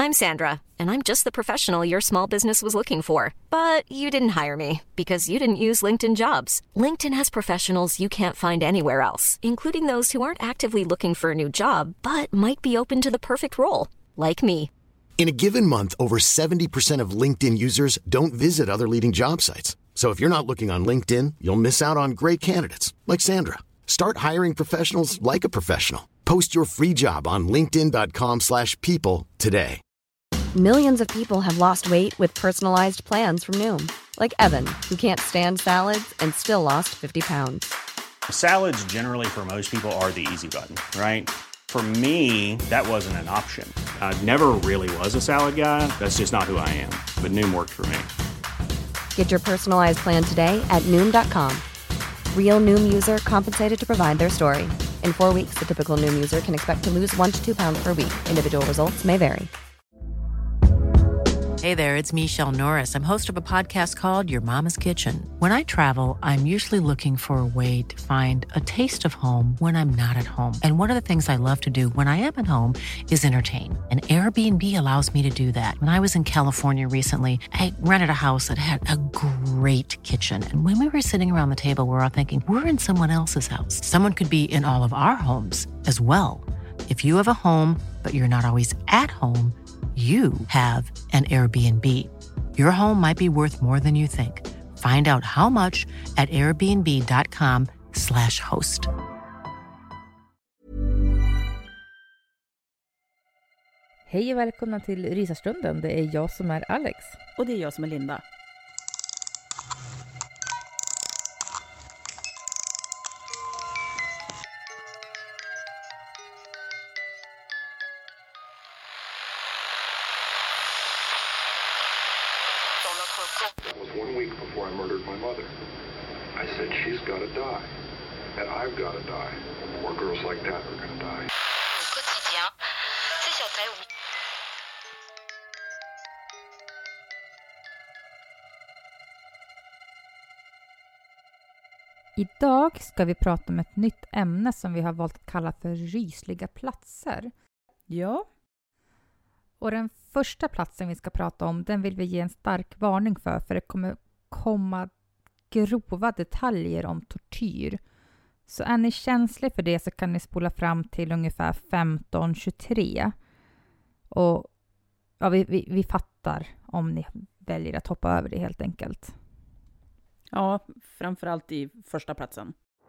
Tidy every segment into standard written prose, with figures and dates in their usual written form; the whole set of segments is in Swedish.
I'm Sandra, and I'm just the professional your small business was looking for. But you didn't hire me because you didn't use LinkedIn Jobs. LinkedIn has professionals you can't find anywhere else, including those who aren't actively looking for a new job, but might be open to the perfect role, like me. In a given month, over 70% of LinkedIn users don't visit other leading job sites. So if you're not looking on LinkedIn, you'll miss out on great candidates like Sandra. Start hiring professionals like a professional. Post your free job on linkedin.com/people today. Millions of people have lost weight with personalized plans from Noom. Like Evan, who can't stand salads and still lost 50 pounds. Salads generally for most people are the easy button, right? For me, that wasn't an option. I never really was a salad guy. That's just not who I am. But Noom worked for me. Get your personalized plan today at Noom.com. Real Noom user compensated to provide their story. In 4 weeks, the typical Noom user can expect to lose 1 to 2 pounds per week. Individual results may vary. Hey there, it's Michelle Norris. I'm host of a podcast called Your Mama's Kitchen. When I travel, I'm usually looking for a way to find a taste of home when I'm not at home. And one of the things I love to do when I am at home is entertain. And Airbnb allows me to do that. When I was in California recently, I rented a house that had a great kitchen. And when we were sitting around the table, we're all thinking, we're in someone else's house. Someone could be in all of our homes as well. If you have a home, but you're not always at home, you have an Airbnb. Your home might be worth more than you think. Find out how much at airbnb.com/host. Hej och välkomna till Rysarstunden. Det är jag som är Alex. Och det är jag som är Linda. That was 1 week before I murdered my mother. I said, she's got to die. And I've got to die. More girls like that are going to die. Idag ska vi prata om ett nytt ämne som vi har valt att kalla för rysliga platser. Ja. Och den första platsen vi ska prata om, den vill vi ge en stark varning för det kommer komma grova detaljer om tortyr. Så är ni känsliga för det så kan ni spola fram till ungefär 15:23. Och ja, vi fattar om ni väljer att hoppa över det helt enkelt. Ja, framförallt i första platsen.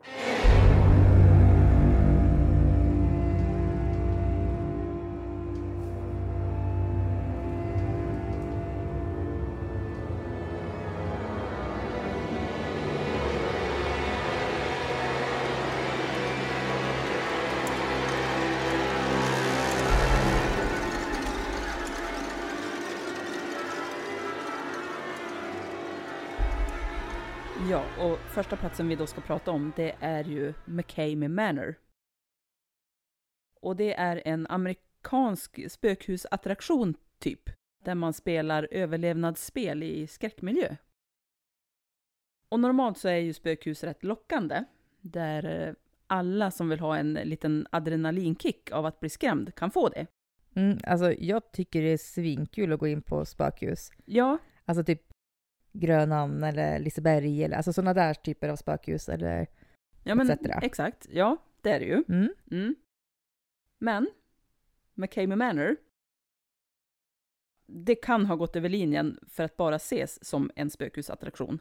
Ja, och första platsen vi då ska prata om, det är ju McCamey Manor. Och det är en amerikansk spökhusattraktion typ, där man spelar överlevnadsspel i skräckmiljö. Och normalt så är ju spökhus rätt lockande, där alla som vill ha en liten adrenalinkick av att bli skrämd kan få det. Alltså jag tycker det är svinkul att gå in på spökhus. Ja. Alltså typ Grönan eller Liseberg eller alltså sådana där typer av spökhus eller ja, men etc. Exakt, ja, det är det ju. Men McCamey Manor, det kan ha gått över linjen för att bara ses som en spökhusattraktion.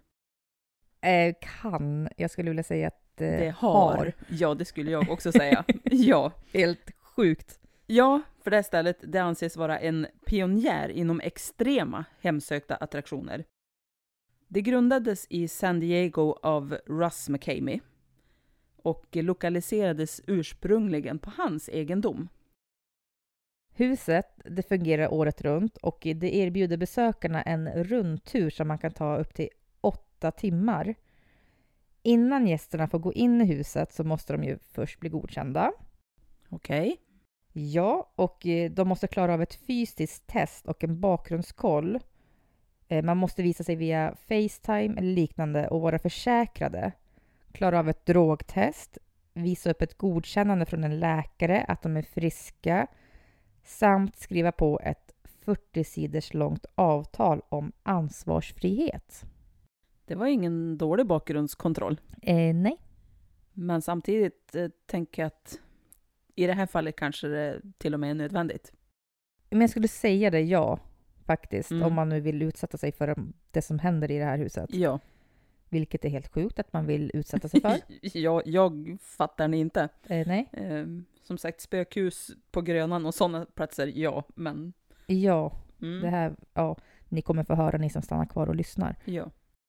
Jag skulle vilja säga att det har. Ja, det skulle jag också säga. Ja, helt sjukt. Ja, för det stället det anses vara en pionjär inom extrema hemsökta attraktioner. Det grundades i San Diego av Russ McCamey och lokaliserades ursprungligen på hans egendom. Huset det fungerar året runt och det erbjuder besökarna en rundtur som man kan ta upp till 8 timmar. Innan gästerna får gå in i huset så måste de ju först bli godkända. Okej. Ja, och de måste klara av ett fysiskt test och en bakgrundskoll. Man måste visa sig via FaceTime eller liknande och vara försäkrade. Klara av ett drogtest, visa upp ett godkännande från en läkare att de är friska samt skriva på ett 40 sidors långt avtal om ansvarsfrihet. Det var ingen dålig bakgrundskontroll. Nej. Men samtidigt tänker jag att i det här fallet kanske det till och med är nödvändigt. Men jag skulle säga det, ja, faktiskt. Mm. Om man nu vill utsätta sig för det som händer i det här huset. Ja. Vilket är helt sjukt att man vill utsätta sig för. jag fattar ni inte. Nej. Som sagt, spökhus på Grönan och sådana platser, ja. Men... Ja, det här, ja, ni kommer få höra, ni som stannar kvar och lyssnar. Ja.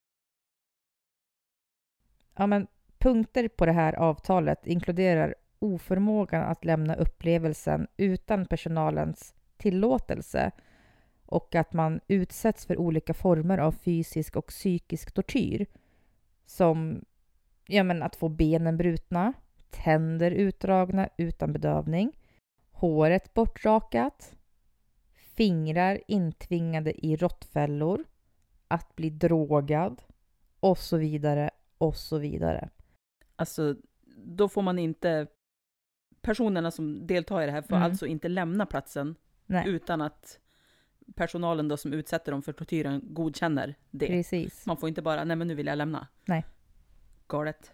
Ja, men punkter på det här avtalet inkluderar oförmågan att lämna upplevelsen utan personalens tillåtelse och att man utsätts för olika former av fysisk och psykisk tortyr som att få benen brutna, tänder utdragna utan bedövning, håret bortrakat, fingrar intvingade i råttfällor, att bli drogad och så vidare och så vidare. Alltså, då får man inte... Personerna som deltar i det här får alltså inte lämna platsen. Nej. Utan att personalen då som utsätter dem för tortyren godkänner det. Precis. Man får inte bara, nej men nu vill jag lämna. Nej. Galet.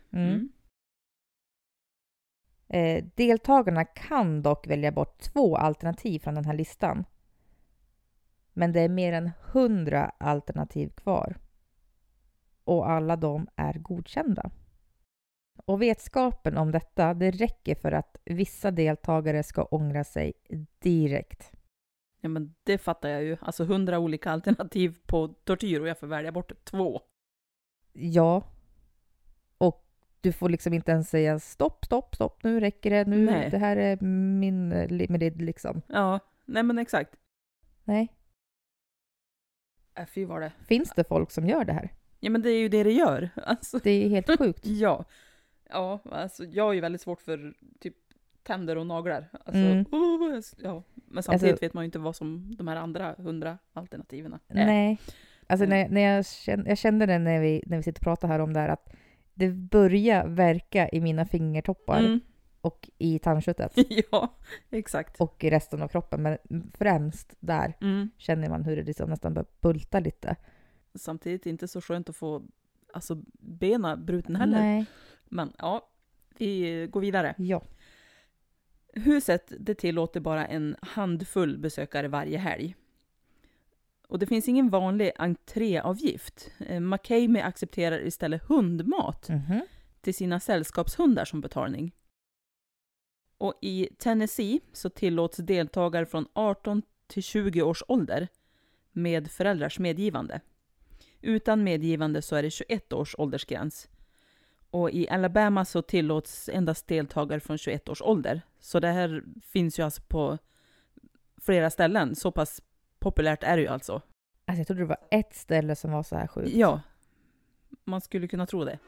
Deltagarna kan dock välja bort 2 alternativ från den här listan. Men det är mer än 100 alternativ kvar. Och alla de är godkända. Och vetskapen om detta, det räcker för att vissa deltagare ska ångra sig direkt. Ja, men det fattar jag ju. Alltså 100 olika alternativ på tortyr och jag får välja bort 2. Ja. Och du får liksom inte ens säga stopp, nu räcker det. Nu, det här är min limit liksom. Ja, nej men exakt. Nej. Fy var det. Finns det folk som gör det här? Ja, men det är ju det gör. Alltså. Det är helt sjukt. Ja. Ja, alltså jag är ju väldigt svårt för typ tänder och naglar. Alltså, ja. Men samtidigt vet man ju inte vad som de här andra 100 alternativen är. Nej. Alltså när jag kände det när vi sitter och pratar här om det här, att det börjar verka i mina fingertoppar och i tandköttet. Ja, exakt. Och i resten av kroppen. Men främst där känner man hur det liksom nästan börjar bulta lite. Samtidigt inte så skönt att få benen bruten heller. Nej. Men ja, vi går vidare. Ja. Huset, det tillåter bara en handfull besökare varje helg. Och det finns ingen vanlig entréavgift. McCamey accepterar istället hundmat till sina sällskapshundar som betalning. Och i Tennessee så tillåts deltagare från 18 till 20 års ålder med föräldrars medgivande. Utan medgivande så är det 21 års åldersgräns. Och i Alabama så tillåts endast deltagare från 21 års ålder. Så det här finns ju alltså på flera ställen. Så pass populärt är det ju alltså. Alltså jag trodde det var ett ställe som var så här sjukt. Ja, man skulle kunna tro det.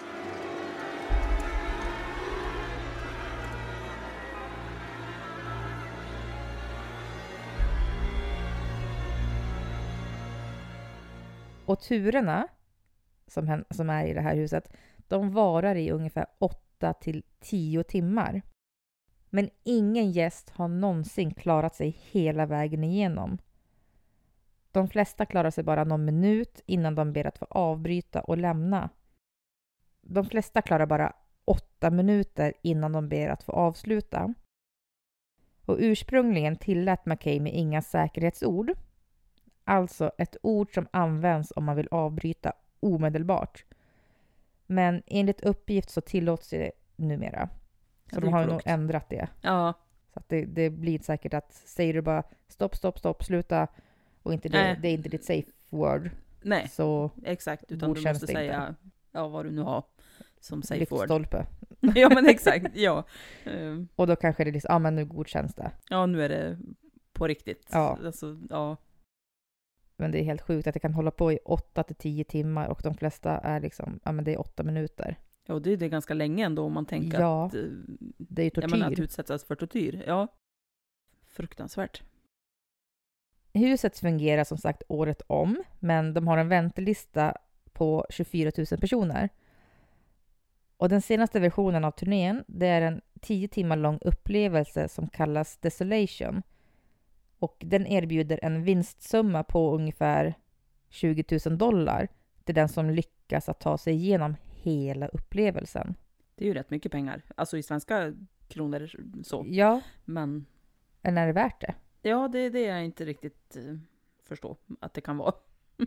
Och turerna som är i det här huset, de varar i ungefär 8 till 10 timmar. Men ingen gäst har någonsin klarat sig hela vägen igenom. De flesta klarar sig bara någon minut innan de ber att få avbryta och lämna. De flesta klarar bara 8 minuter innan de ber att få avsluta. Och ursprungligen tillät McCamey inga säkerhetsord. Alltså ett ord som används om man vill avbryta omedelbart. Men enligt uppgift så tillåts det numera. Så de har nog ändrat det. Ja. Så att det blir säkert att säger du bara stopp, sluta och inte det är inte ditt safe word. Nej, så exakt. Utan du måste säga vad du nu har som safe word. Lyktstolpe. Ja, men exakt. Ja. Och då kanske det är liksom, men nu godkänns det. Ja, nu är det på riktigt. Ja. Alltså, ja. Men det är helt sjukt att det kan hålla på i 8 till 10 timmar och de flesta är liksom, men det är 8 minuter. Ja, och det är ganska länge ändå om man tänker att det är tortyr. Ja, men att utsättas för tortyr. Ja, fruktansvärt. Huset fungerar som sagt året om, men de har en väntelista på 24 000 personer. Och den senaste versionen av turnén, det är en 10 timmar lång upplevelse som kallas Desolation. Och den erbjuder en vinstsumma på ungefär $20,000 till den som lyckas att ta sig igenom hela upplevelsen. Det är ju rätt mycket pengar. Alltså i svenska kronor så. Ja, Men men är det värt det? ja, det är det jag inte riktigt förstår att det kan vara.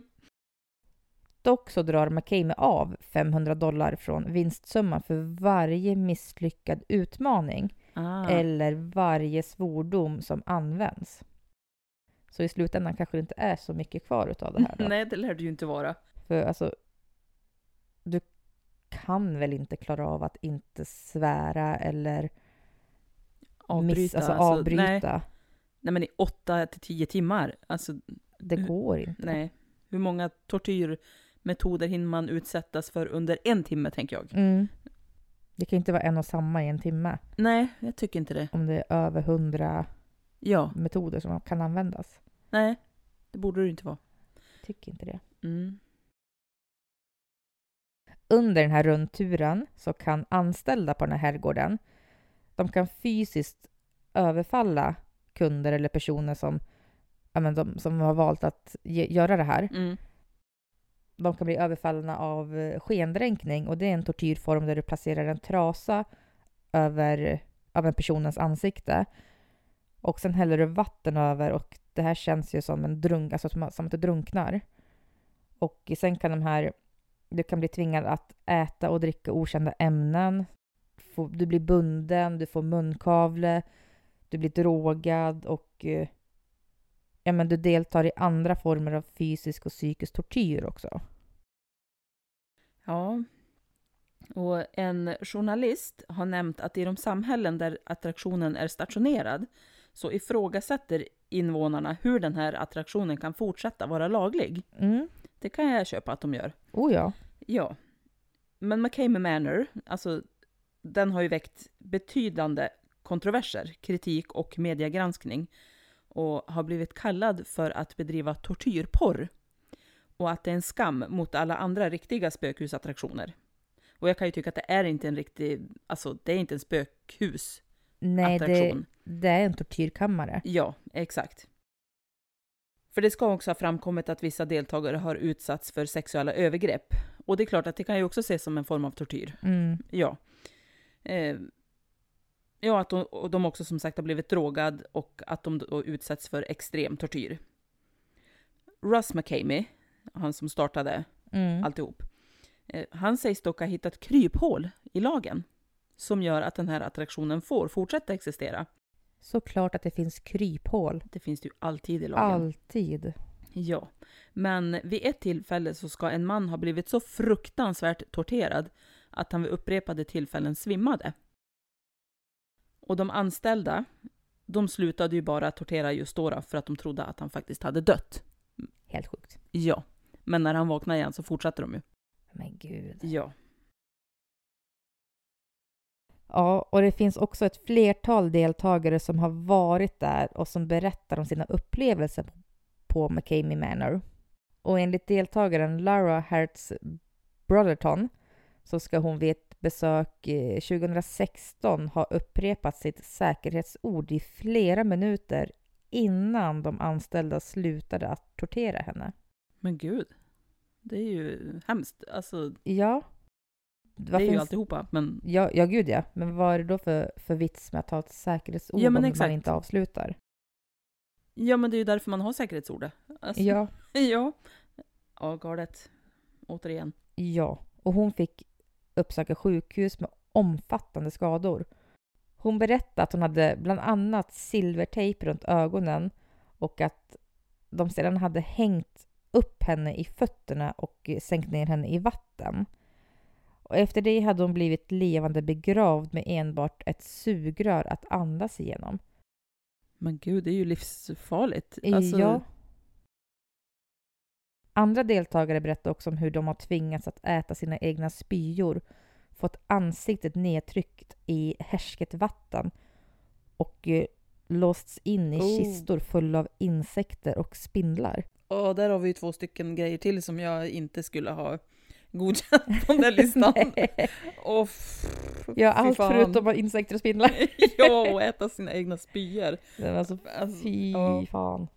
Dock så drar McCabe av $500 från vinstsumman för varje misslyckad utmaning eller varje svordom som används. Så i slutändan kanske det inte är så mycket kvar utav det här då. Nej, det lär det ju inte vara. För alltså, du kan väl inte klara av att inte svära eller Avbryta. avbryta. Nej, men i 8-10 timmar. Alltså, Det går inte. nej. Hur många tortyrmetoder hinner man utsättas för under 1 timme, tänker jag. Det kan inte vara en och samma i en timme. Nej, jag tycker inte det. Om det är över 100 metoder som kan användas. Nej, det borde det inte vara. Tycker inte det. Under den här rundturen så kan anställda på den här herrgården, de kan fysiskt överfalla kunder eller personer som, som har valt att göra det här. De kan bli överfallna av skendränkning, och det är en tortyrform där du placerar en trasa över en personens ansikte. Och sen häller du vatten över, och det här känns ju som som att du drunknar. Och sen kan du kan bli tvingad att äta och dricka okända ämnen. Du blir bunden, du får munkavle, du blir drogad och du deltar i andra former av fysisk och psykisk tortyr också. Ja, och en journalist har nämnt att i de samhällen där attraktionen är stationerad så ifrågasätter invånarna hur den här attraktionen kan fortsätta vara laglig. Det kan jag köpa att de gör. Oh ja. Ja, men McCabe Manor, alltså den har ju väckt betydande kontroverser, kritik och mediegranskning och har blivit kallad för att bedriva tortyrporr och att det är en skam mot alla andra riktiga spökhusattraktioner. Och jag kan ju tycka att det är inte en riktig, alltså det är inte en spökhusattraktion. Nej, det är en tortyrkammare. Ja, exakt. För det ska också ha framkommit att vissa deltagare har utsatts för sexuella övergrepp. Och det är klart att det kan ju också ses som en form av tortyr. Ja. Ja, att de också som sagt har blivit drogad och att de då utsätts för extrem tortyr. Russ McCabe, han som startade alltihop, han sägs dock ha hittat kryphål i lagen som gör att den här attraktionen får fortsätta existera. Såklart att det finns kryphål. Det finns det ju alltid i lagen. Alltid. Ja, men vid ett tillfälle så ska en man ha blivit så fruktansvärt torterad att han vid upprepade tillfällen svimmade. Och de anställda, de slutade ju bara tortera just då för att de trodde att han faktiskt hade dött. Helt sjukt. Ja, men när han vaknade igen så fortsatte de ju. Men gud. Ja. Ja, och det finns också ett flertal deltagare som har varit där och som berättar om sina upplevelser på McCabe Manor. Och enligt deltagaren Laura Hertz Brotherton så ska hon vid ett besök 2016 ha upprepat sitt säkerhetsord i flera minuter innan de anställda slutade att tortera henne. Men gud, det är ju hemskt. Alltså, ja. Det är ju alltihopa. Men... Ja, gud ja. Men vad är det då för vits med att ha ett säkerhetsord om man inte avslutar? Ja, men det är ju därför man har säkerhetsordet. Alltså, ja. Ja, galet. Återigen. Ja, och hon fick uppsöka sjukhus med omfattande skador. Hon berättade att hon hade bland annat silvertejp runt ögonen och att de sedan hade hängt upp henne i fötterna och sänkt ner henne i vatten. Och efter det hade hon blivit levande begravd med enbart ett sugrör att andas igenom. Men gud, det är ju livsfarligt. Alltså... Ja. Andra deltagare berättar också om hur de har tvingats att äta sina egna spyor, fått ansiktet nedtryckt i härsket vatten och låsts in i kistor fulla av insekter och spindlar. Och där har vi ju 2 stycken grejer till som jag inte skulle ha godkänt på den där listan. Och ja, allt förutom insekter och spindlar. Ja, och äta sina egna spyor. Alltså, fy fan.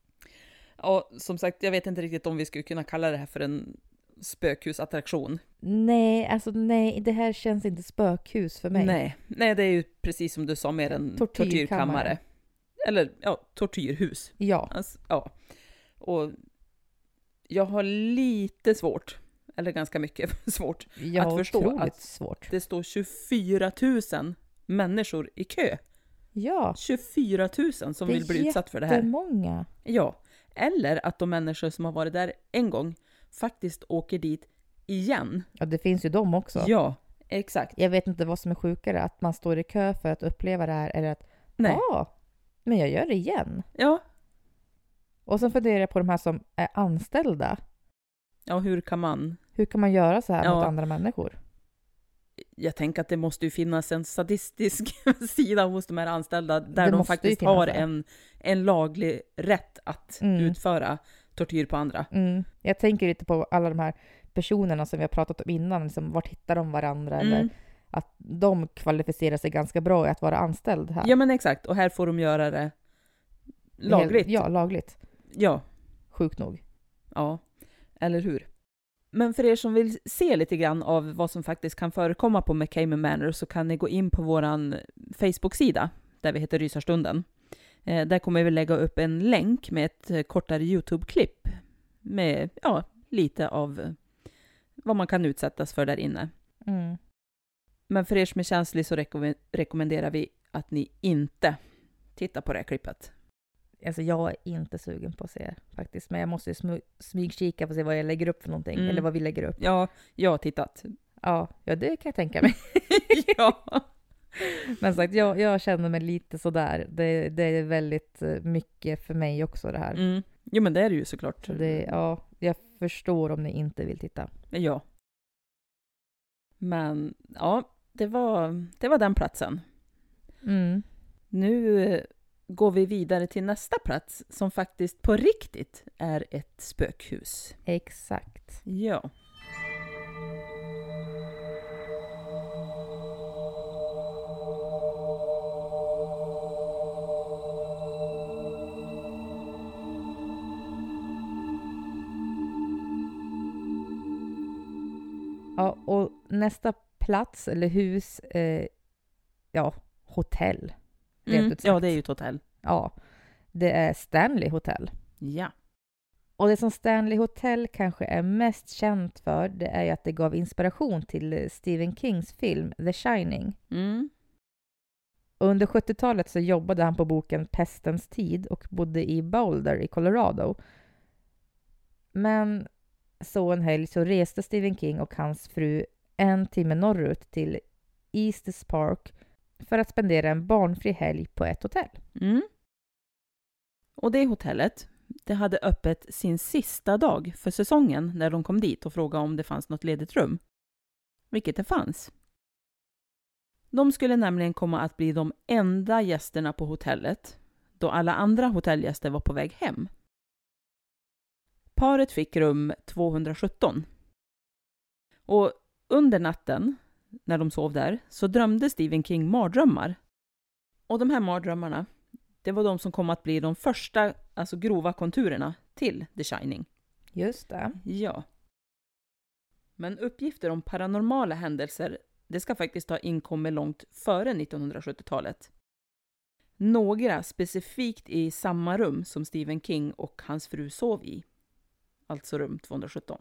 Ja, som sagt, jag vet inte riktigt om vi skulle kunna kalla det här för en spökhusattraktion. Nej, det här känns inte spökhus för mig. Nej, det är ju precis som du sa, mer en tortyrkammare. Eller, ja, tortyrhus. Ja. Alltså, ja. Och jag har lite svårt, eller ganska mycket svårt, att förstå att svårt. Det står 24 000 människor i kö. Ja. 24 000 som vill bli utsatt för det här. Det är många. Ja. Eller att de människor som har varit där en gång faktiskt åker dit igen. Ja, det finns ju dem också. Ja, exakt. Jag vet inte vad som är sjukare, att man står i kö för att uppleva det här, eller att men jag gör det igen. Ja. Och så funderar jag på de här som är anställda. Ja, hur kan man göra så här mot andra människor? Jag tänker att det måste ju finnas en sadistisk sida hos de här anställda där de faktiskt har en laglig rätt att utföra tortyr på andra. Jag tänker lite på alla de här personerna som vi har pratat om innan, liksom, vart hittar de varandra eller att de kvalificerar sig ganska bra i att vara anställd här. Ja, men exakt. Och här får de göra det lagligt. Ja, lagligt. Ja. Sjukt nog. Ja, eller hur? Men för er som vill se lite grann av vad som faktiskt kan förekomma på McCamey Manor så kan ni gå in på våran Facebook-sida där vi heter Rysarstunden. Där kommer vi lägga upp en länk med ett kortare YouTube-klipp med lite av vad man kan utsättas för där inne. Men för er som är känslig så rekommenderar vi att ni inte tittar på det här klippet. Alltså jag är inte sugen på att se faktiskt. Men jag måste ju smygkika för att se vad jag lägger upp för någonting. Eller vad vi lägger upp. Ja, jag har tittat. Ja, det kan jag tänka mig. Ja. Men sagt, jag känner mig lite sådär. Det är väldigt mycket för mig också det här. Jo, men det är det ju såklart. Så jag förstår om ni inte vill titta. Ja. Men det var den platsen. Nu går vi vidare till nästa plats som faktiskt på riktigt är ett spökhus. Exakt. Ja. Ja, och nästa plats eller hus, hotell. Ja, det är ju ett hotell. Ja, det är Stanley Hotel. Ja. Och det som Stanley Hotel kanske är mest känt för, det är ju att det gav inspiration till Stephen Kings film The Shining. Under 70-talet så jobbade han på boken Pestens tid och bodde i Boulder i Colorado. Men så en helg så reste Stephen King och hans fru 1 timme norrut till Estes Park för att spendera en barnfri helg på ett hotell. Och det hotellet, det hade öppet sin sista dag för säsongen när de kom dit och frågade om det fanns något ledigt rum. Vilket det fanns. De skulle nämligen komma att bli de enda gästerna på hotellet då alla andra hotellgäster var på väg hem. Paret fick rum 217. Och under natten, när de sov där, så drömde Stephen King mardrömmar. Och de här mardrömmarna, det var de som kom att bli de första, alltså grova konturerna till The Shining. Just det. Ja. Men uppgifter om paranormala händelser, det ska faktiskt ha inkommit långt före 1970-talet. Några specifikt i samma rum som Stephen King och hans fru sov i. Alltså rum 217.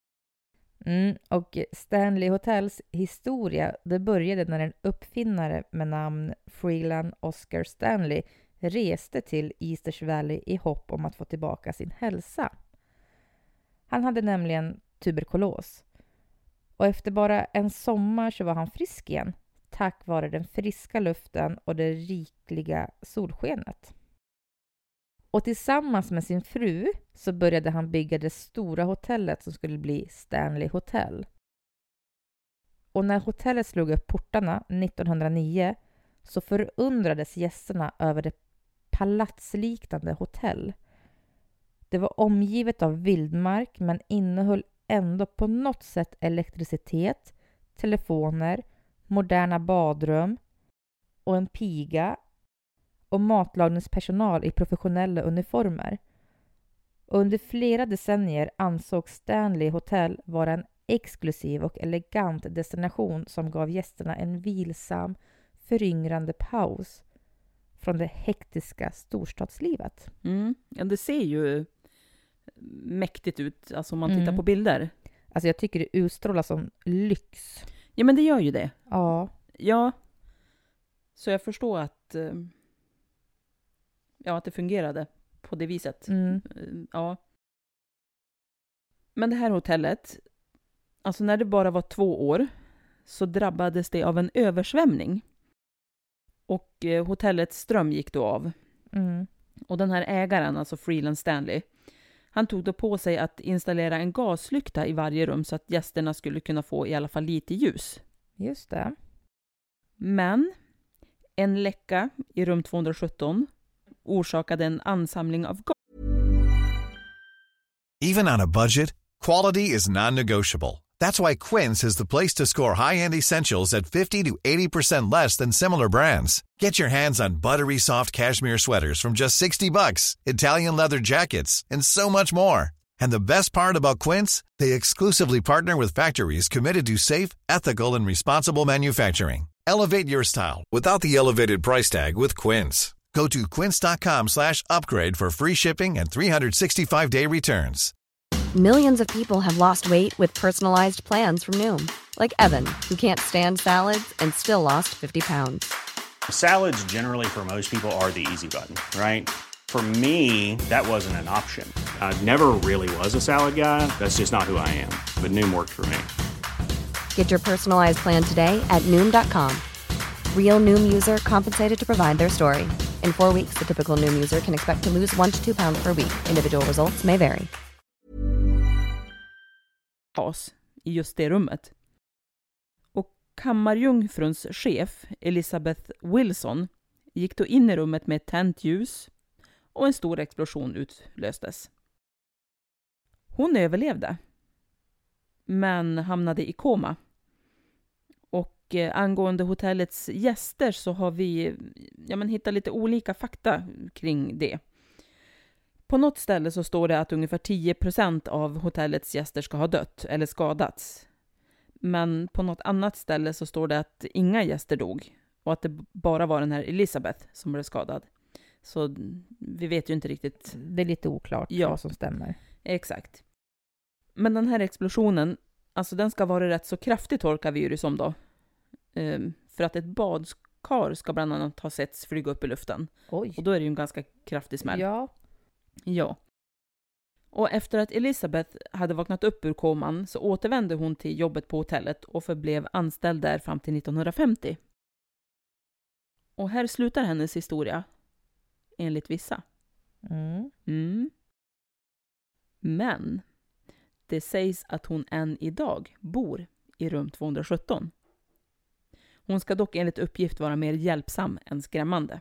Och Stanley Hotels historia, det började när en uppfinnare med namn Freeland Oscar Stanley reste till Easters Valley i hopp om att få tillbaka sin hälsa. Han hade nämligen tuberkulos. Och efter bara en sommar så var han frisk igen, tack vare den friska luften och det rikliga solskenet. Och tillsammans med sin fru så började han bygga det stora hotellet som skulle bli Stanley Hotel. Och när hotellet slog upp portarna 1909 så förundrades gästerna över det palatsliknande hotell. Det var omgivet av vildmark men innehöll ändå på något sätt elektricitet, telefoner, moderna badrum och en piga och matlagningspersonal i professionella uniformer. Och under flera decennier ansåg Stanley Hotel vara en exklusiv och elegant destination som gav gästerna en vilsam, föryngrande paus från det hektiska storstadslivet. Ja, det ser ju mäktigt ut, alltså om man tittar på bilder. Alltså jag tycker det utstrålar som lyx. Ja, men det gör ju det. Ja. Ja, så jag förstår att att det fungerade på det viset. Ja. Men det här hotellet, alltså när det bara var 2 år så drabbades det av en översvämning. Och hotellets ström gick då av. Och den här ägaren, alltså Freeland Stanley, han tog då på sig att installera en gaslykta i varje rum så att gästerna skulle kunna få i alla fall lite ljus. Just det. Men en läcka i rum 217 orsakade en ansamling av gas. Even on a budget, quality is non-negotiable. That's why Quince is the place to score high-end essentials at 50 to 80% less than similar brands. Get your hands on buttery soft cashmere sweaters from just $60, Italian leather jackets, and so much more. And the best part about Quince, they exclusively partner with factories committed to safe, ethical, and responsible manufacturing. Elevate your style without the elevated price tag with Quince. Go to quince.com/upgrade for free shipping and 365-day returns. Millions of people have lost weight with personalized plans from Noom. Like Evan, who can't stand salads and still lost 50 pounds. Salads generally for most people are the easy button, right? For me, that wasn't an option. I never really was a salad guy. That's just not who I am. But Noom worked for me. Get your personalized plan today at Noom.com. Real Noom user compensated to provide their story. In 4 weeks, the typical Noom user can expect to lose 1 to 2 pounds per week. Individual results may vary. I just det rummet. Och kammarjungfruns chef, Elizabeth Wilson, gick då in i rummet med ett tänt ljus och en stor explosion utlöstes. Hon överlevde, men hamnade i koma. Och angående hotellets gäster så har vi hittat lite olika fakta kring det. På något ställe så står det att ungefär 10% av hotellets gäster ska ha dött eller skadats. Men på något annat ställe så står det att inga gäster dog och att det bara var den här Elizabeth som blev skadad. Så vi vet ju inte riktigt. Det är lite oklart vad som stämmer. Exakt. Men den här explosionen, alltså den ska vara rätt så kraftig, tolkar vi ju det som då. För att ett badkar ska bland annat ha setts flyga upp i luften. Oj. Och då är det ju en ganska kraftig smäll. Ja. Och efter att Elizabeth hade vaknat upp ur koman så återvände hon till jobbet på hotellet och förblev anställd där fram till 1950. Och här slutar hennes historia, enligt vissa. Men det sägs att hon än idag bor i rum 217. Hon ska dock enligt uppgift vara mer hjälpsam än skrämmande.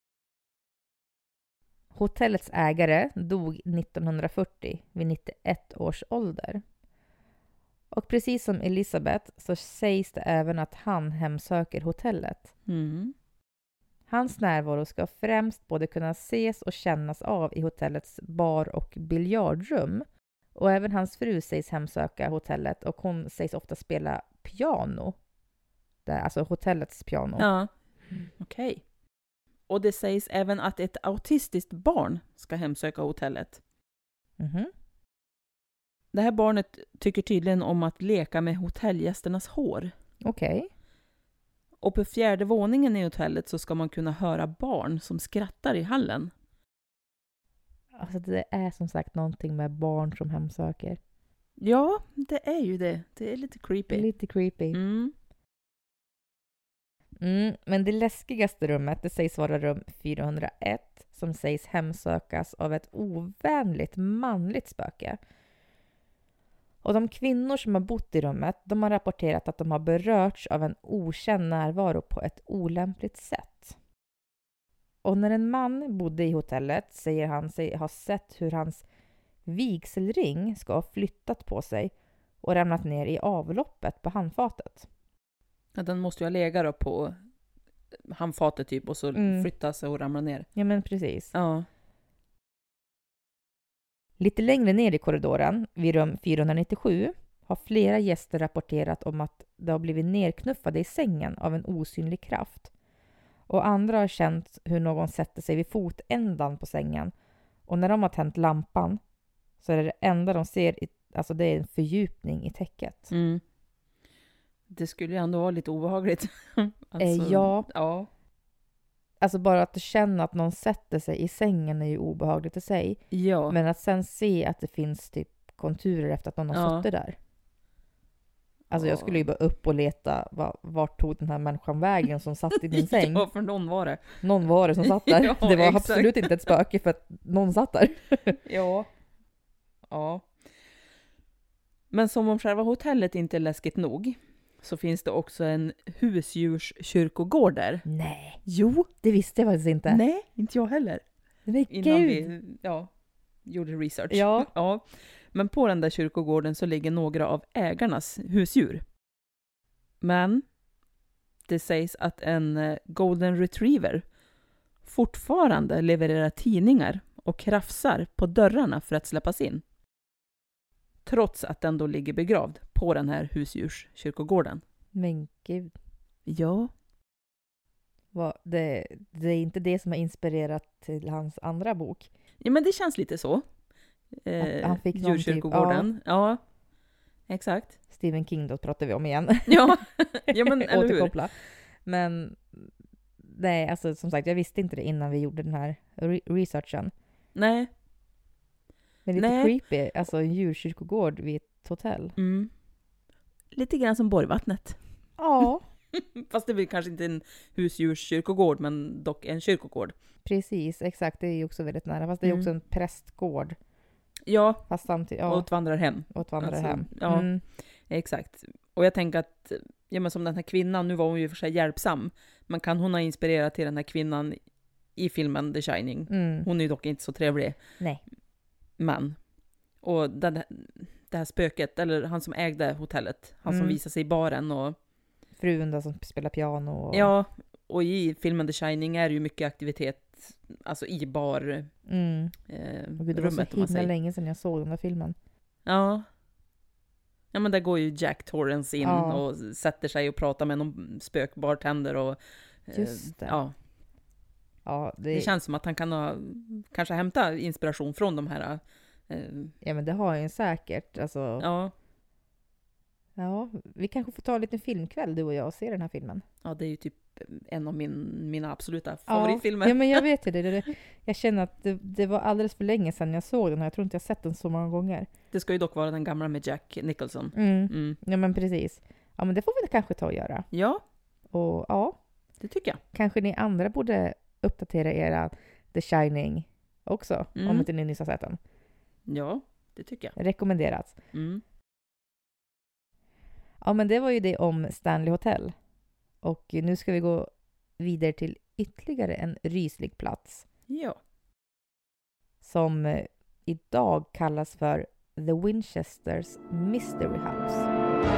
Hotellets ägare dog 1940 vid 91 års ålder. Och precis som Elizabeth så sägs det även att han hemsöker hotellet. Hans närvaro ska främst både kunna ses och kännas av i hotellets bar- och biljardrum. Och även hans fru sägs hemsöka hotellet och hon sägs ofta spela piano. Alltså hotellets piano. Ja, okej. Och det sägs även att ett autistiskt barn ska hemsöka hotellet. Det här barnet tycker tydligen om att leka med hotellgästernas hår. Okej. Och på 4:e våningen i hotellet så ska man kunna höra barn som skrattar i hallen. Alltså det är som sagt någonting med barn som hemsöker. Ja, det är ju det. Det är lite creepy. Lite creepy. Men det läskigaste rummet, det sägs vara rum 401, som sägs hemsökas av ett ovänligt manligt spöke. Och de kvinnor som har bott i rummet, de har rapporterat att de har berörts av en okänd närvaro på ett olämpligt sätt. Och när en man bodde i hotellet säger han sig ha sett hur hans vigselring ska ha flyttat på sig och ramlat ner i avloppet på handfatet. Ja, den måste ju ha legat då på handfatet typ och så flytta sig och ramla ner. Ja, men precis. Ja. Lite längre ner i korridoren, vid rum 497, har flera gäster rapporterat om att de har blivit nerknuffade i sängen av en osynlig kraft. Och andra har känt hur någon sätter sig vid fotändan på sängen. Och när de har tänt lampan så är det enda de ser, alltså det är en fördjupning i täcket. Mm. Det skulle ju ändå vara lite obehagligt. Alltså, ja. Alltså bara att känna att någon sätter sig i sängen är ju obehagligt i sig. Ja. Men att sen se att det finns typ konturer efter att någon har suttit där. Alltså jag skulle ju bara upp och leta vart tog den här människan vägen som satt i din säng. Ja, för någon var det. Någon var det som satt där. Ja, det var exakt. absolut inte ett spöke för att någon satt där. Ja. Men som om själva hotellet inte är läskigt nog så finns det också en husdjurskyrkogård där. Nej. Jo. Det visste jag faktiskt inte. Nej, inte jag heller. Men Innan gud. vi gjorde research. Ja. Men på den där kyrkogården så ligger några av ägarnas husdjur. Men det sägs att en golden retriever fortfarande levererar tidningar och krafsar på dörrarna för att släppas in. Trots att den då ligger begravd på den här husdjurskyrkogården. Men gud. Ja. Det är inte det som har inspirerat till hans andra bok. Ja, men det känns lite så. Han fick någon djurkyrkogården. typ, ja, exakt. Stephen King då pratar vi om igen. Ja, men eller hur? Återkoppla. Men nej, alltså som sagt, jag visste inte det innan vi gjorde den här researchen. Nej. Men lite creepy, alltså en djurkyrkogård vid ett hotell. Mm. Lite grann som Borgvattnet. Ja. Fast det är väl kanske inte en husdjurskyrkogård, men dock en kyrkogård. Precis, exakt. Det är ju också väldigt nära. Fast det är också en prästgård. Ja, fast samtidigt, och ett vandrarhem. Och ett vandrarhem. Ja, exakt. Och jag tänker att, men som den här kvinnan, nu var hon ju för sig hjälpsam, men kan hon ha inspirerat till den här kvinnan i filmen The Shining? Hon är ju dock inte så trevlig. Nej. Men, och det här spöket, eller han som ägde hotellet, han som visade sig i baren och frun där som spelar piano. Och... Ja, och i filmen The Shining är det ju mycket aktivitet, alltså i bar det var så himla länge sedan jag såg den där filmen. Ja, men där går ju Jack Torrance in och sätter sig och pratar med någon spökbartender och just det. Ja, det känns som att han kan kanske hämta inspiration från de här. Ja, men det har han ju säkert. Alltså, ja, vi kanske får ta en liten filmkväll, du och jag, och se den här filmen. Ja, det är ju typ en av mina absoluta favoritfilmer. Ja, men jag vet ju det. Jag känner att det var alldeles för länge sedan jag såg den, och jag tror inte jag sett den så många gånger. Det ska ju dock vara den gamla med Jack Nicholson. Ja, men precis. Ja, men det får vi kanske ta och göra. Ja. Och ja, det tycker jag. Kanske ni andra borde uppdatera era The Shining också, om inte ni nyss har sett den. Ja, det tycker jag. Rekommenderat. Ja, men det var ju det om Stanley Hotel. Och nu ska vi gå vidare till ytterligare en ryslig plats. Ja. Som idag kallas för The Winchesters Mystery House.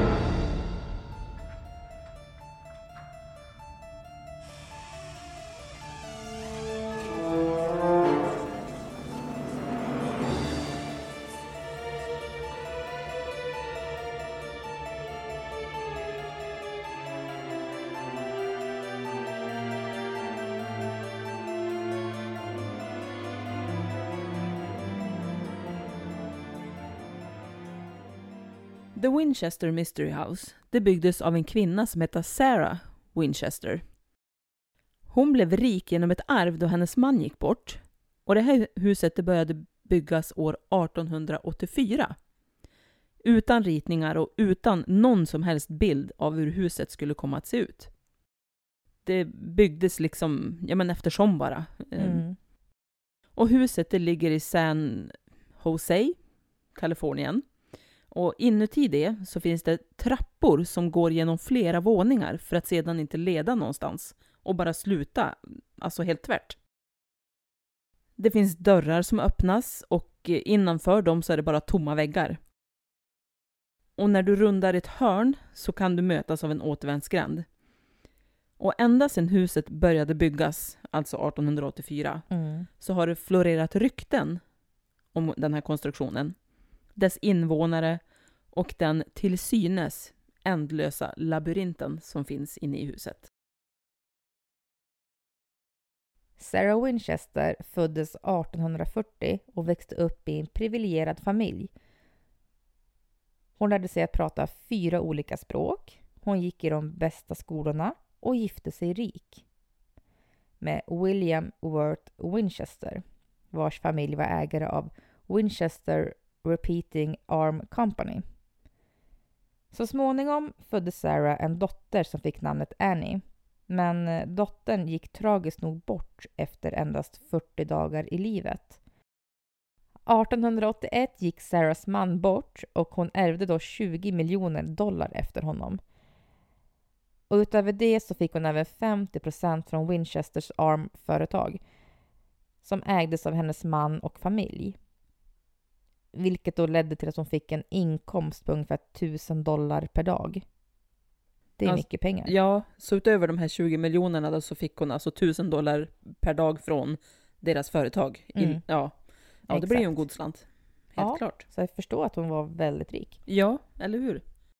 The Winchester Mystery House, det byggdes av en kvinna som heter Sarah Winchester. Hon blev rik genom ett arv då hennes man gick bort. Och det här huset det började byggas år 1884. Utan ritningar och utan någon som helst bild av hur huset skulle komma att se ut. Det byggdes liksom, eftersom bara. Och huset det ligger i San Jose, Kalifornien. Och inuti det så finns det trappor som går genom flera våningar för att sedan inte leda någonstans och bara sluta, alltså helt tvärt. Det finns dörrar som öppnas och innanför dem så är det bara tomma väggar. Och när du rundar ett hörn så kan du mötas av en återvändsgränd. Och ända sedan huset började byggas, alltså 1884, så har det florerat rykten om den här konstruktionen, dess invånare och den till synes ändlösa labyrinten som finns inne i huset. Sarah Winchester föddes 1840 och växte upp i en privilegierad familj. Hon lärde sig att prata 4 olika språk. Hon gick i de bästa skolorna och gifte sig rik med William Worth Winchester, vars familj var ägare av Winchester Repeating Arm Company. Så småningom födde Sarah en dotter som fick namnet Annie, men dottern gick tragiskt nog bort efter endast 40 dagar i livet. 1881 gick Sarahs man bort och hon ärvde då $20 miljoner efter honom. Och utöver det så fick hon även 50% från Winchesters Arm-företag som ägdes av hennes man och familj. Vilket då ledde till att hon fick en inkomst på ungefär $1,000 per dag. Det är mycket pengar. Ja, så utöver de här 20 miljonerna då, så fick hon alltså $1,000 per dag från deras företag. Ja, det blir ju en god slant. Helt klart. Så jag förstår att hon var väldigt rik. Ja, eller hur?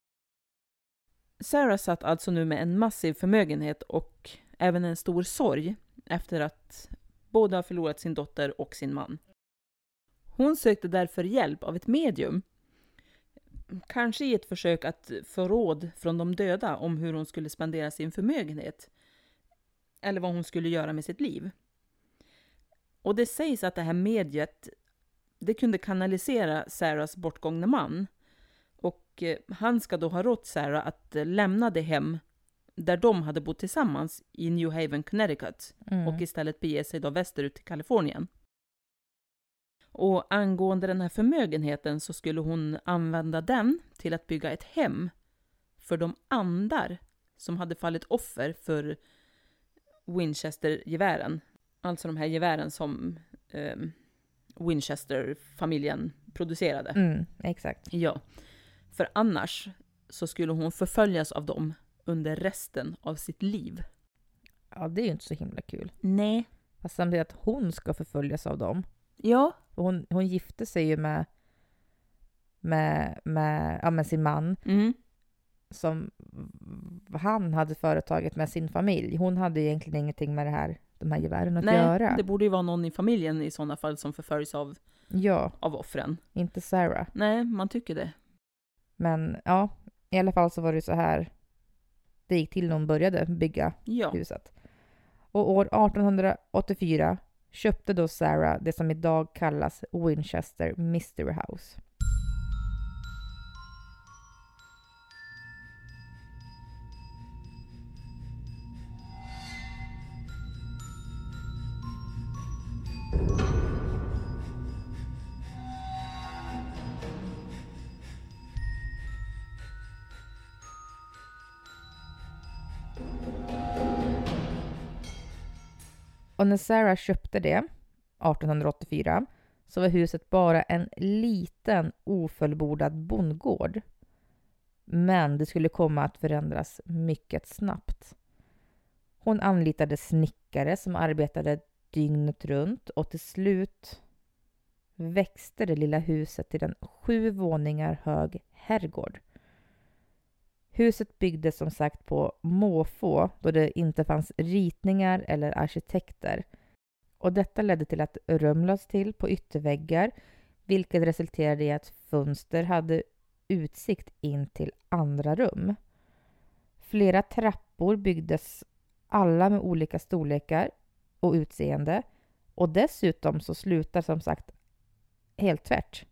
Sarah satt alltså nu med en massiv förmögenhet och även en stor sorg efter att båda har förlorat sin dotter och sin man. Hon sökte därför hjälp av ett medium. Kanske i ett försök att få råd från de döda om hur hon skulle spendera sin förmögenhet. Eller vad hon skulle göra med sitt liv. Och det sägs att det här mediet, det kunde kanalisera Sarahs bortgångna man. Och han ska då ha rått Sarah att lämna det hem där de hade bott tillsammans i New Haven, Connecticut. Och istället bege sig då västerut till Kalifornien. Och angående den här förmögenheten så skulle hon använda den till att bygga ett hem för de andar som hade fallit offer för Winchester-gevären. Alltså de här gevären som Winchester-familjen producerade. Exakt. Ja, för annars så skulle hon förföljas av dem under resten av sitt liv. Ja, det är ju inte så himla kul. Nej. Fast samtidigt att hon ska förföljas av dem. Ja. Hon gifte sig ju med sin man. Som han hade företaget med sin familj. Hon hade egentligen ingenting med de här gevären att göra. Nej, det borde ju vara någon i familjen i sådana fall som förföljs av offren. Inte Sarah. Nej, man tycker det. Men ja, i alla fall så var det så här det gick till när hon började bygga huset. Och år 1884 köpte då Sarah det som idag kallas Winchester Mystery House. Och när Sarah köpte det 1884 så var huset bara en liten ofullbordad bondgård. Men det skulle komma att förändras mycket snabbt. Hon anlitade snickare som arbetade dygnet runt och till slut växte det lilla huset till en 7 våningar hög herrgård. Huset byggdes som sagt på måfå då det inte fanns ritningar eller arkitekter. Och detta ledde till att rum lades till på ytterväggar, vilket resulterade i att fönster hade utsikt in till andra rum. Flera trappor byggdes, alla med olika storlekar och utseende. Och dessutom så slutar som sagt helt tvärt.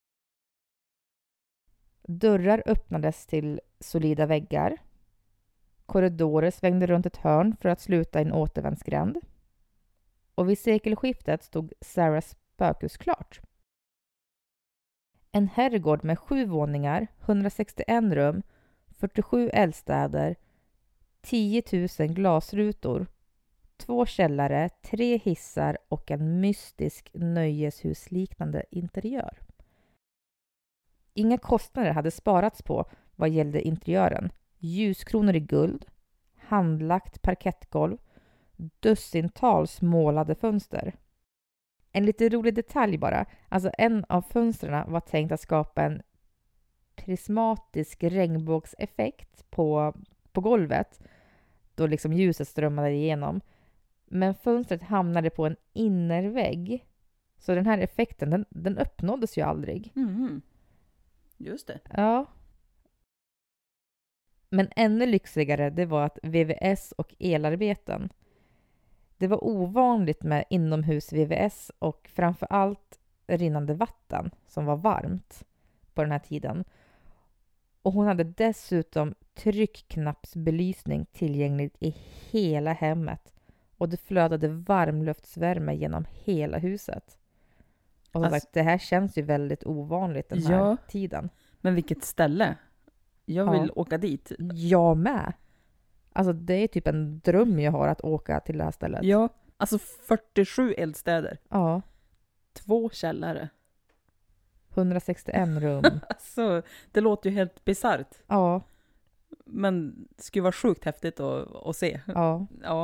Dörrar öppnades till solida väggar. Korridorer svängde runt ett hörn för att sluta i en återvändsgränd. Och vid sekelskiftet stod Sarahs spökhus klart. En herrgård med 7 våningar, 161 rum, 47 eldstäder, 10 000 glasrutor, 2 källare, 3 hissar och en mystisk nöjeshusliknande interiör. Inga kostnader hade sparats på vad gällde interiören. Ljuskronor i guld, handlagt parkettgolv, dussintals målade fönster. En lite rolig detalj bara. Alltså en av fönstren var tänkt att skapa en prismatisk regnbågseffekt på golvet då liksom ljuset strömmade igenom. Men fönstret hamnade på en innervägg. Så den här effekten, den uppnåddes ju aldrig. Mm. Just det. Ja. Men ännu lyxigare det var att VVS och elarbeten. Det var ovanligt med inomhus VVS och framför allt rinnande vatten som var varmt på den här tiden. Och hon hade dessutom tryckknappsbelysning tillgängligt i hela hemmet. Och det flödade varmluftsvärme genom hela huset. Och som sagt, det här känns ju väldigt ovanligt den här tiden. Men vilket ställe. Jag vill åka dit. Jag med. Alltså det är typ en dröm jag har att åka till det här stället. Ja, alltså 47 eldstäder. Ja. 2 källare. 161 rum. Alltså, det låter ju helt bizarrt. Ja. Men det skulle vara sjukt häftigt att se. Ja. Ja.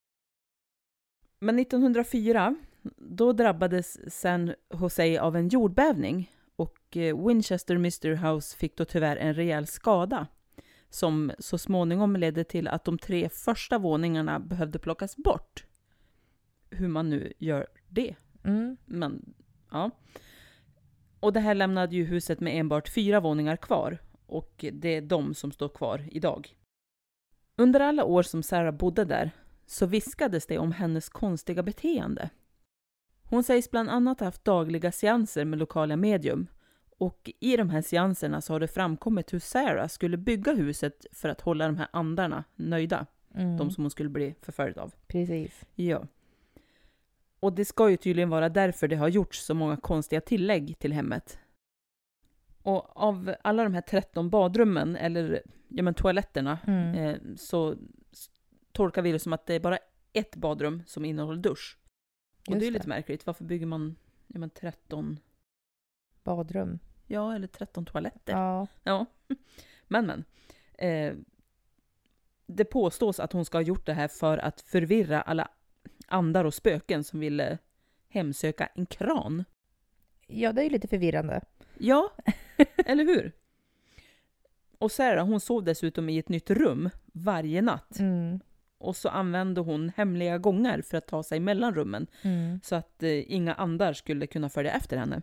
Men 1904, då drabbades San Jose av en jordbävning. Och Winchester Mystery House fick då tyvärr en rejäl skada. Som så småningom ledde till att de 3 första våningarna behövde plockas bort. Hur man nu gör det. Mm. Men, ja. Och det här lämnade ju huset med enbart 4 våningar kvar. Och det är de som står kvar idag. Under alla år som Sarah bodde där så viskades det om hennes konstiga beteende. Hon sägs bland annat ha haft dagliga seanser med lokala medium. Och i de här seanserna så har det framkommit hur Sarah skulle bygga huset för att hålla de här andarna nöjda. Mm. De som hon skulle bli förföljd av. Precis. Ja. Och det ska ju tydligen vara därför det har gjorts så många konstiga tillägg till hemmet. Och av alla de här 13 badrummen, eller toaletterna, så tolkar vi det som att det är bara ett badrum som innehåller dusch. Och Just det är lite märkligt. Varför bygger man 13 badrum? Ja, eller 13 toaletter. Ja. Men. Det påstås att hon ska ha gjort det här för att förvirra alla andar och spöken som ville hemsöka en kran. Ja, det är ju lite förvirrande. Ja, eller hur? Och Sarah, hon sov dessutom i ett nytt rum varje natt. Mm. Och så använde hon hemliga gångar för att ta sig mellan rummen. Mm. Så att inga andar skulle kunna följa efter henne.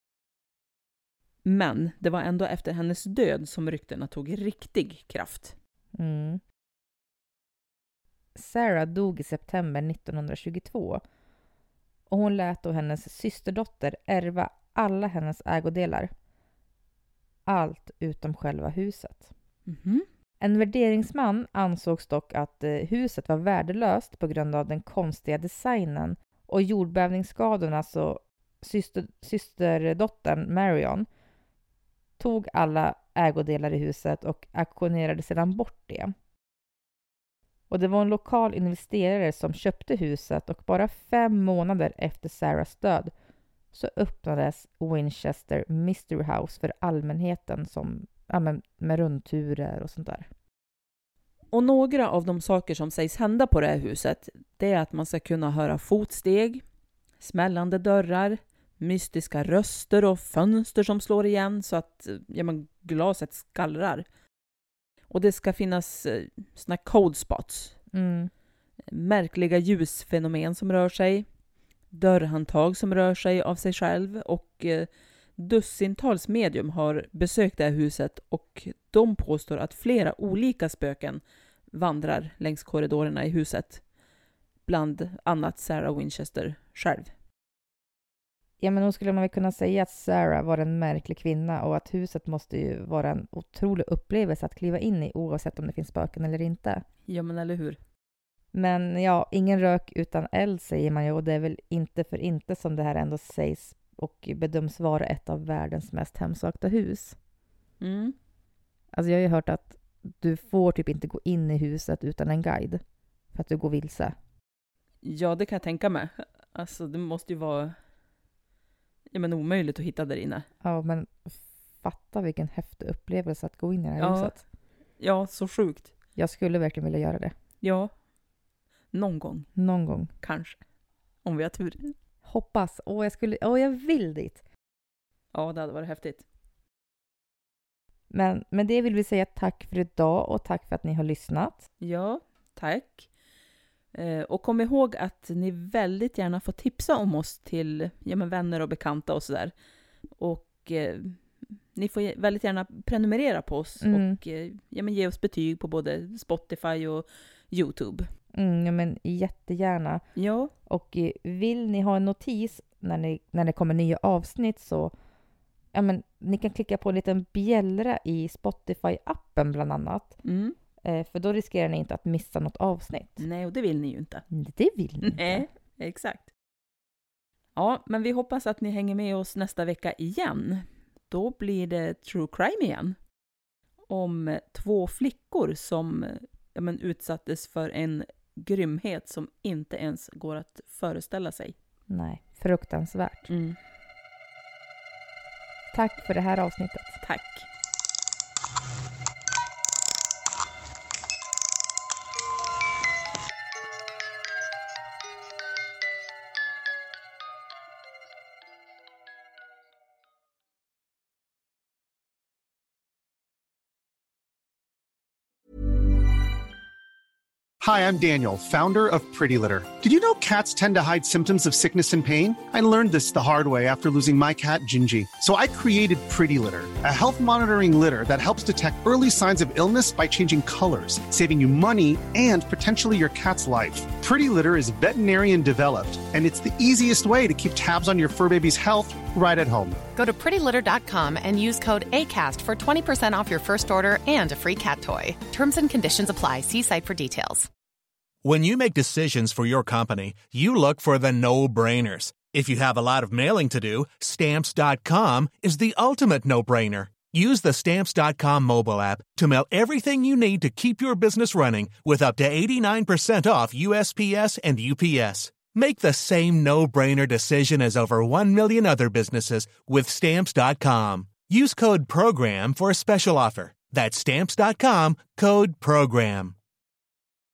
Men det var ändå efter hennes död som ryktena tog riktig kraft. Mm. Sarah dog i september 1922. Och hon lät då hennes systerdotter ärva alla hennes ägodelar. Allt utom själva huset. Mm-hmm. En värderingsman ansågs dock att huset var värdelöst på grund av den konstiga designen och jordbävningsskadorna, så systerdottern Marion tog alla ägodelar i huset och auktionerade sedan bort det. Och det var en lokal investerare som köpte huset och bara 5 månader efter Sarahs död så öppnades Winchester Mystery House för allmänheten som med rundturer och sånt där. Och några av de saker som sägs hända på det här huset, det är att man ska kunna höra fotsteg, smällande dörrar, mystiska röster och fönster som slår igen så att glaset skallrar. Och det ska finnas såna code spots. Mm. Märkliga ljusfenomen som rör sig. Dörrhandtag som rör sig av sig själv. Och dussintals medium har besökt det här huset. Och de påstår att flera olika spöken vandrar längs korridorerna i huset. Bland annat Sarah Winchester själv. Ja, men då skulle man väl kunna säga att Sarah var en märklig kvinna och att huset måste ju vara en otrolig upplevelse att kliva in i oavsett om det finns spöken eller inte. Ja, men eller hur? Men ja, ingen rök utan eld säger man ju, och det är väl inte för inte som det här ändå sägs och bedöms vara ett av världens mest hemsökta hus. Mm. Alltså jag har ju hört att du får typ inte gå in i huset utan en guide för att du går vilse. Ja, det kan jag tänka mig. Alltså det måste ju vara omöjligt att hitta där inne. Ja, men fatta vilken häftig upplevelse att gå in i det här huset. Ja, så sjukt. Jag skulle verkligen vilja göra det. Ja, någon gång. Någon gång. Kanske. Om vi har tur. Hoppas. Jag vill dit. Ja, det hade varit häftigt. Men det vill vi säga tack för idag och tack för att ni har lyssnat. Ja, tack. Och kom ihåg att ni väldigt gärna får tipsa om oss till vänner och bekanta och sådär. Och ni får väldigt gärna prenumerera på oss och ge oss betyg på både Spotify och YouTube. Jättegärna. Ja. Och vill ni ha en notis när det kommer nya avsnitt så ni kan klicka på en liten bjällra i Spotify-appen bland annat. För då riskerar ni inte att missa något avsnitt. Nej, och det vill ni ju inte. Det vill ni inte. Nej, exakt. Ja, men vi hoppas att ni hänger med oss nästa vecka igen. Då blir det True Crime igen. Om 2 flickor som utsattes för en grymhet som inte ens går att föreställa sig. Nej, fruktansvärt. Tack för det här avsnittet. Tack. Hi, I'm Daniel, founder of Pretty Litter. Did you know cats tend to hide symptoms of sickness and pain? I learned this the hard way after losing my cat, Gingy. So I created Pretty Litter, a health monitoring litter that helps detect early signs of illness by changing colors, saving you money and potentially your cat's life. Pretty Litter is veterinarian developed, and it's the easiest way to keep tabs on your fur baby's health right at home. Go to prettylitter.com and use code ACAST for 20% off your first order and a free cat toy. Terms and conditions apply. See site for details. When you make decisions for your company, you look for the no-brainers. If you have a lot of mailing to do, Stamps.com is the ultimate no-brainer. Use the Stamps.com mobile app to mail everything you need to keep your business running with up to 89% off USPS and UPS. Make the same no-brainer decision as over 1 million other businesses with Stamps.com. Use code PROGRAM for a special offer. That's Stamps.com, code PROGRAM.